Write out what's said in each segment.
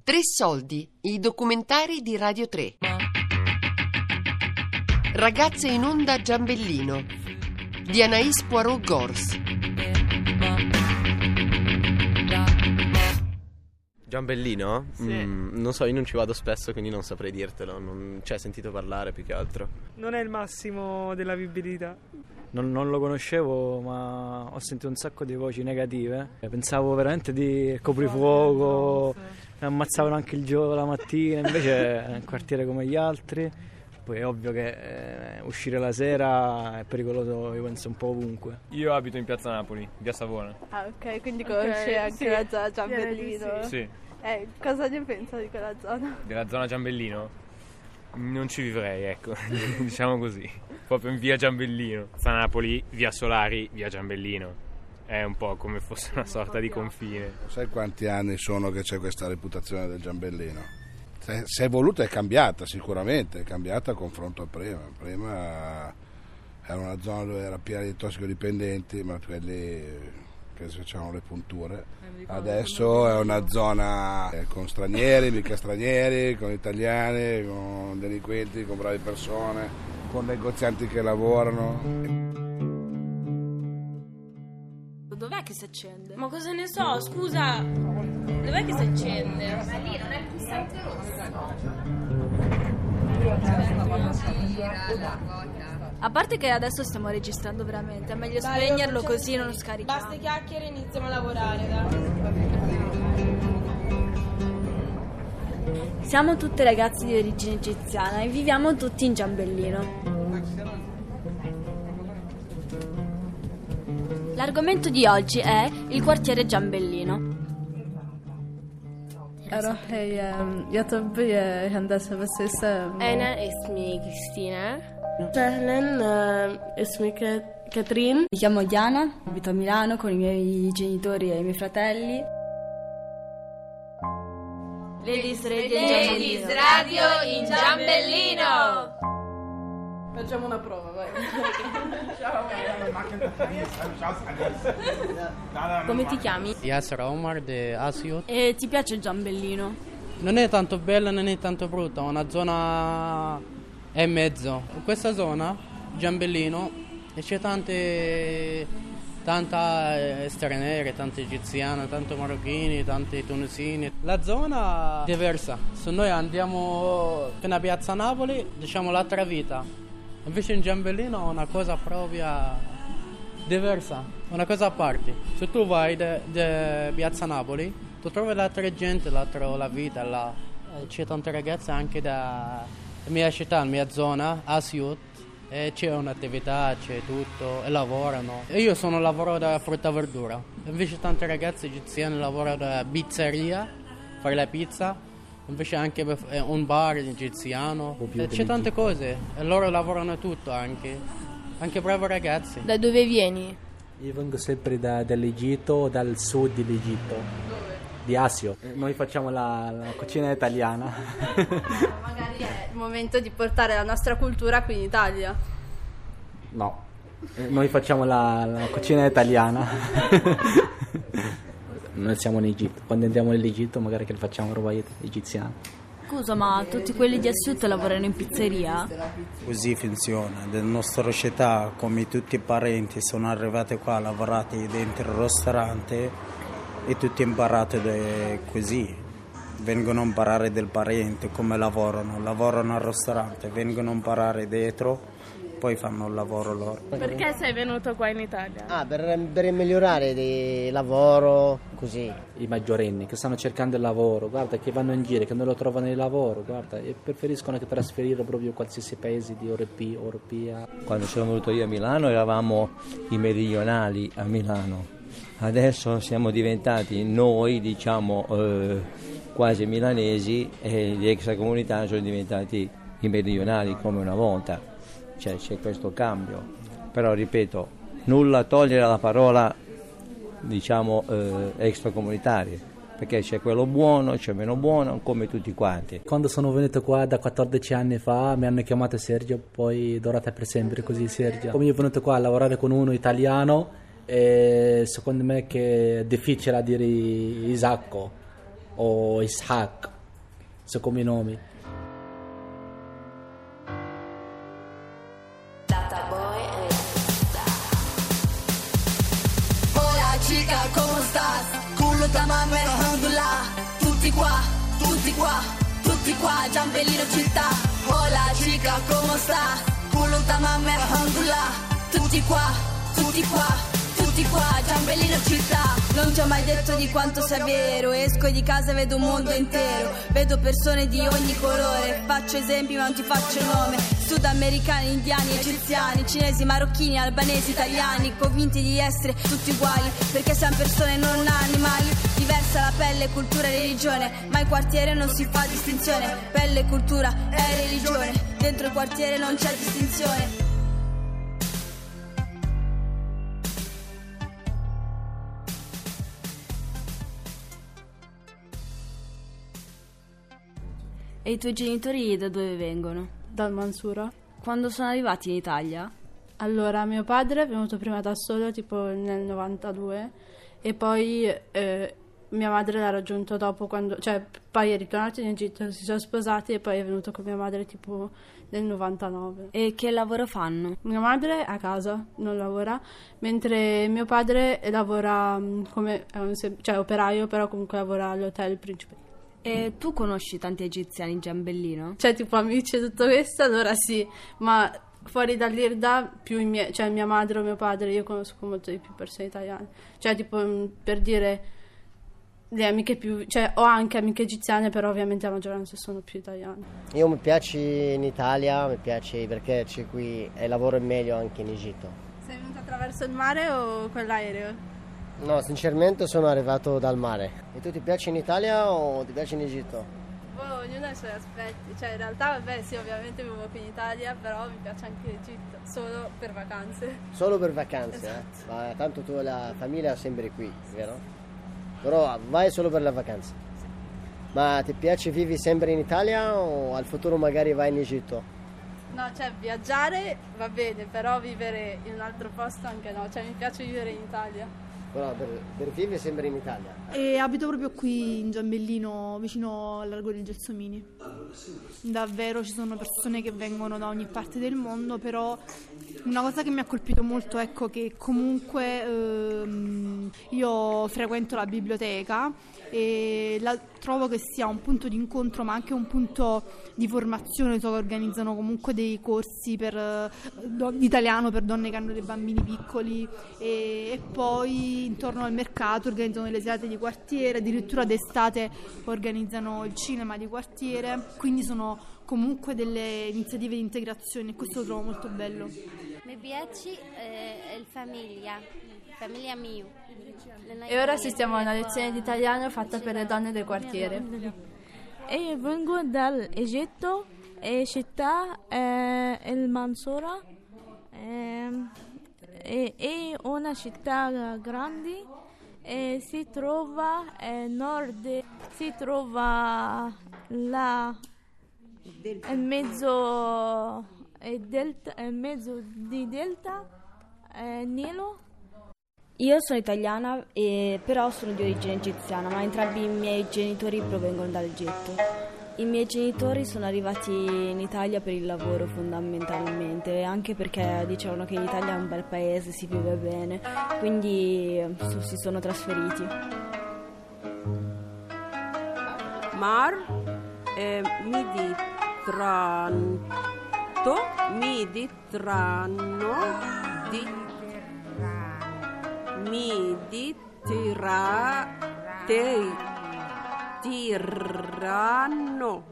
Tre soldi, i documentari di Radio 3. Ragazze in onda Giambellino di Anaïs Poirot-Gors. Giambellino? Sì. Non so, io non ci vado spesso, quindi non saprei dirtelo. Ci hai sentito parlare più che altro. Non è il massimo della vivibilità. Non lo conoscevo, ma ho sentito un sacco di voci negative. Pensavo veramente di coprifuoco, mi ammazzavano anche il giorno la mattina, invece è un quartiere come gli altri. Poi è ovvio che uscire la sera è pericoloso, io penso, un po' ovunque. Io abito in piazza Napoli, via Savona. Ah, ok, quindi conosci anche la zona Giambellino. Sì. Cosa ne pensa di quella zona? Della zona Giambellino? Non ci vivrei, ecco, diciamo così. Proprio in via Giambellino. Piazza Napoli, via Solari, via Giambellino. È un po' come fosse una sorta di confine. Sai quanti anni sono che c'è questa reputazione del Giambellino? Se è voluta è cambiata, sicuramente, è cambiata a confronto a prima. Prima era una zona dove era piena di tossicodipendenti, ma quelli che si facevano le punture. Adesso è una zona con stranieri, mica stranieri, con italiani, con delinquenti, con brave persone, con negozianti che lavorano. Dov'è che si accende? Ma cosa ne so, scusa. Dov'è che si accende? Ma lì non è il pulsante rosso. A parte che adesso stiamo registrando veramente, è meglio spegnerlo così non scarichiamo. Basta chiacchiere e iniziamo a lavorare, dai. Siamo tutte ragazze di origine egiziana e viviamo tutti in Giambellino. L'argomento di oggi è il quartiere Giambellino. Jag tabii händelser precis. أنا اسمي كريستينا. أهلا اسمي كاترين. Mi chiamo Diana, abito a Milano con i miei genitori e i miei fratelli. Ladies Radio in Giambellino. Facciamo una prova, vai. Come ti chiami? Yasser Omar di Asiut. E ti piace il Giambellino? Non è tanto bella, non è tanto brutta, è una zona e mezzo. In questa zona, Giambellino, c'è tante straniere, tante egiziane, tanti marocchini, tanti tunisini. La zona è diversa. Se noi andiamo fino a piazza Napoli, diciamo l'altra vita. Invece in Giambellino è una cosa proprio diversa, una cosa a parte. Se tu vai da piazza Napoli, tu trovi l'altra gente, la vita là. C'è tante ragazze anche da mia città, la mia zona, Asiut. C'è un'attività, c'è tutto, e lavorano. E io lavoro da frutta e verdura. Invece tante ragazze egiziane lavorano da pizzeria, fare la pizza. Invece anche un bar egiziano. C'è tante cose. E loro lavorano tutto anche bravi ragazzi. Da dove vieni? Io vengo sempre dall'Egitto, dal sud dell'Egitto. Dove? Di Asio. Noi facciamo la cucina italiana. Magari è il momento di portare la nostra cultura qui in Italia. No, noi facciamo la cucina italiana. Noi siamo in Egitto, quando andiamo nell'Egitto magari che facciamo roba egiziana. Scusa, ma tutti quelli di Asiut lavorano in pizzeria? Così funziona, nella nostra città come tutti i parenti sono arrivati qua a lavorare dentro il ristorante e tutti imparati così, vengono a imparare del parente come lavorano al ristorante, vengono a imparare dietro, poi fanno il lavoro loro. Perché sei venuto qua in Italia? Per migliorare il lavoro, così. I maggiorenni che stanno cercando il lavoro, guarda, che vanno in giro, che non lo trovano il lavoro, guarda, e preferiscono che trasferire proprio qualsiasi paese di Europea. Quando sono venuto io a Milano eravamo i meridionali a Milano, adesso siamo diventati noi, diciamo, quasi milanesi, e gli extracomunitari sono diventati i meridionali come una volta. C'è questo cambio, però ripeto, nulla togliere la parola, diciamo, extracomunitarie, perché c'è quello buono, c'è meno buono, come tutti quanti. Quando sono venuto qua da 14 anni fa mi hanno chiamato Sergio, poi d'ora per sempre così Sergio. Come io sono venuto qua a lavorare con uno italiano, e secondo me che è difficile a dire Isacco o Ishaq, so come i nomi. Hola chica, ¿cómo estás? Culo tamame, alhamdulillah. Tutti qua, Giambellino città. Hola chica, ¿cómo estás? Culo tamame, alhamdulillah. Tutti qua, Giambellino città. Non ti ho mai detto di quanto sei vero. Esco di casa e vedo un mondo intero. Vedo persone di ogni colore. Faccio esempi ma non ti faccio nome. Sudamericani, indiani, egiziani, cinesi, marocchini, albanesi, italiani, convinti di essere tutti uguali, perché siamo persone, non animali. Diversa la pelle, cultura e religione, ma in quartiere non si fa distinzione. Pelle, cultura e religione, dentro il quartiere non c'è distinzione. E i tuoi genitori da dove vengono? Dal Mansura. Quando sono arrivati in Italia? Allora, mio padre è venuto prima da solo, tipo nel 92, e poi mia madre l'ha raggiunto dopo, poi è ritornato in Egitto, si sono sposati e poi è venuto con mia madre tipo nel 99. E che lavoro fanno? Mia madre è a casa, non lavora, mentre mio padre lavora come operaio, però comunque lavora all'hotel Principe. E tu conosci tanti egiziani in Giambellino? Tipo amici e tutto questo, allora sì, ma fuori dall'Irda più mia madre o mio padre, io conosco molto di più persone italiane. Per dire, le amiche più, ho anche amiche egiziane, però ovviamente la maggioranza sono più italiane. Io mi piace in Italia, mi piace perché c'è qui e lavoro meglio anche in Egitto. Sei venuto attraverso il mare o con l'aereo? No, sinceramente sono arrivato dal mare. E tu ti piace in Italia o ti piace in Egitto? Ognuno ha i suoi aspetti. In realtà, sì, ovviamente vivo qui in Italia, però mi piace anche l'Egitto, solo per vacanze. Solo per vacanze, esatto. Ma tanto tu e la famiglia sempre qui, vero? Però vai solo per le vacanze. Sì. Ma ti piace vivi sempre in Italia o al futuro magari vai in Egitto? No, viaggiare va bene, però vivere in un altro posto anche no. Mi piace vivere in Italia. Però per vivere sempre in Italia. E abito proprio qui in Giambellino, vicino al largo dei Gelsomini. Davvero ci sono persone che vengono da ogni parte del mondo, però una cosa che mi ha colpito molto è che comunque io frequento la biblioteca e trovo che sia un punto di incontro ma anche un punto di formazione. So che organizzano comunque dei corsi di italiano per donne che hanno dei bambini piccoli e poi intorno al mercato organizzano delle serate di quartiere, addirittura d'estate organizzano il cinema di quartiere, quindi sono comunque delle iniziative di integrazione e questo lo trovo molto bello. Mi piace il famiglia mia. E ora assistiamo a una lezione di italiano fatta per le donne del quartiere. Io vengo dall'Egitto, città il Mansura, è una città grande e si trova a nord, si trova là in mezzo di delta Nilo. Io sono italiana, però sono di origine egiziana, ma entrambi i miei genitori provengono dall'Egitto. I miei genitori sono arrivati in Italia per il lavoro fondamentalmente, anche perché dicevano che l'Italia è un bel paese, si vive bene, quindi si sono trasferiti. Mar Tirano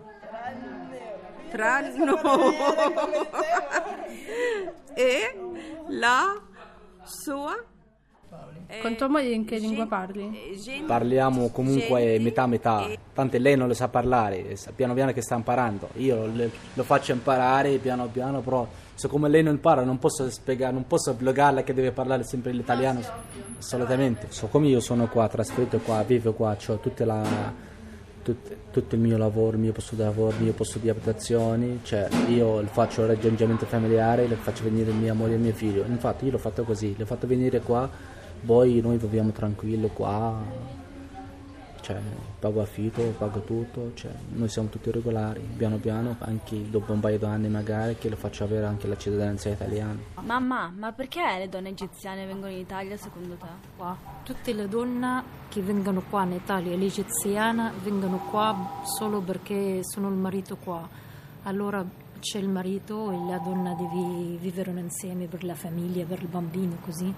e la sua. Con tua moglie in che lingua parli? Parliamo comunque metà, tanto lei non lo sa parlare, piano piano che sta imparando, io lo faccio imparare piano piano, però siccome lei non impara non posso spiegare, non posso obbligarla che deve parlare sempre l'italiano, assolutamente. Siccome io sono qua, trasferito qua, vivo qua, ho tutto il mio lavoro, il mio posto di lavoro, il mio posto di abitazione, io faccio il raggiungimento familiare, le faccio venire mia moglie e mio figlio, infatti io l'ho fatto così, l'ho fatto venire qua. Poi noi viviamo tranquillo qua, cioè pago affitto, pago tutto, cioè noi siamo tutti regolari, piano piano, anche dopo un paio di anni magari, che lo faccio avere anche la cittadinanza italiana. Mamma, ma perché le donne egiziane vengono in Italia secondo te? Qua. Tutte le donne che vengono qua in Italia, l'egiziana, vengono qua solo perché sono il marito qua. Allora c'è il marito e la donna deve vivere insieme per la famiglia, per il bambino, così.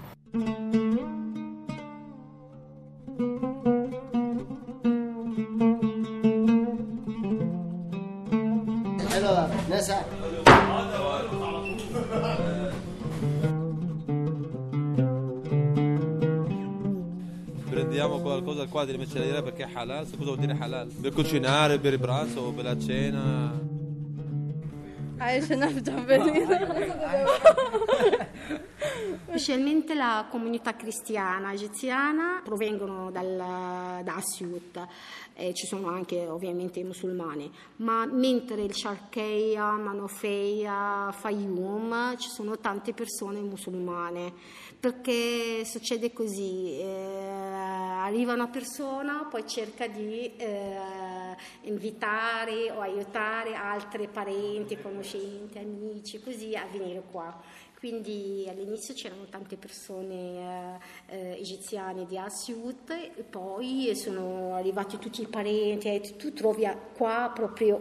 Allora, Nessa. Prendiamo qualcosa qua di macelleria perché è halal. Cosa vuol dire halal? Per cucinare, per il pranzo o per la cena. Specialmente la comunità cristiana egiziana provengono da Asyut, ci sono anche ovviamente i musulmani, ma mentre il Sharqiya, Manofeia, Fayum ci sono tante persone musulmane, perché succede così, arriva una persona, poi cerca di invitare o aiutare altri parenti, conoscenti, amici, così a venire qua. Quindi all'inizio c'erano tante persone egiziane di Asyut e poi sono arrivati tutti i parenti e tu trovi qua proprio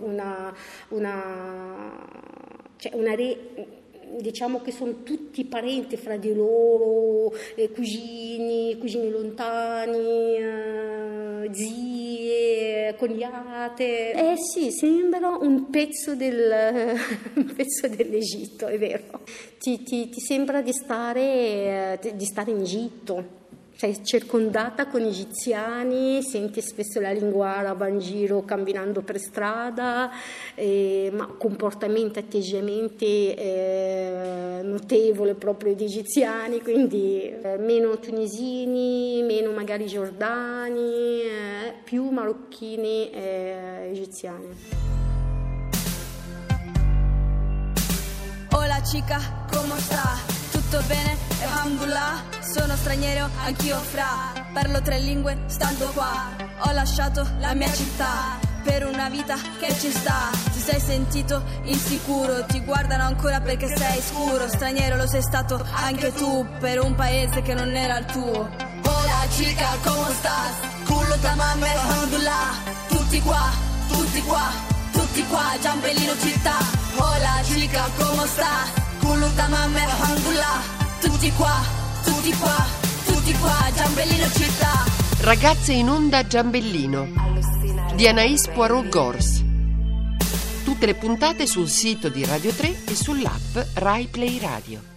diciamo che sono tutti parenti fra di loro, cugini lontani, zie, cognate. Sì, sembra un pezzo dell'Egitto, è vero. Ti sembra di stare in Egitto. Sei circondata con egiziani, senti spesso la lingua araba in giro camminando per strada, ma comportamenti, atteggiamenti notevoli proprio di egiziani, quindi meno tunisini, meno magari giordani, più marocchini e egiziani. Hola chica, come sta? Tutto bene? Alhamdulillah, sono straniero, anch'io fra. Parlo 3 lingue, stando qua. Ho lasciato la mia città per una vita che ci sta. Ti sei sentito insicuro, ti guardano ancora perché sei scuro. Straniero lo sei stato anche tu, per un paese che non era il tuo. Hola chica, come stas? Cullo tamam, alhamdulillah. Tutti qua, tutti qua, tutti qua, Giambellino città. Hola chica, come sta? Cullo tamam, alhamdulillah. Tutti qua, tutti qua, tutti qua, Giambellino città. Ragazze in onda Giambellino di Anaïs Poirot-Gors. Tutte le puntate sul sito di Radio 3 e sull'app Rai Play Radio.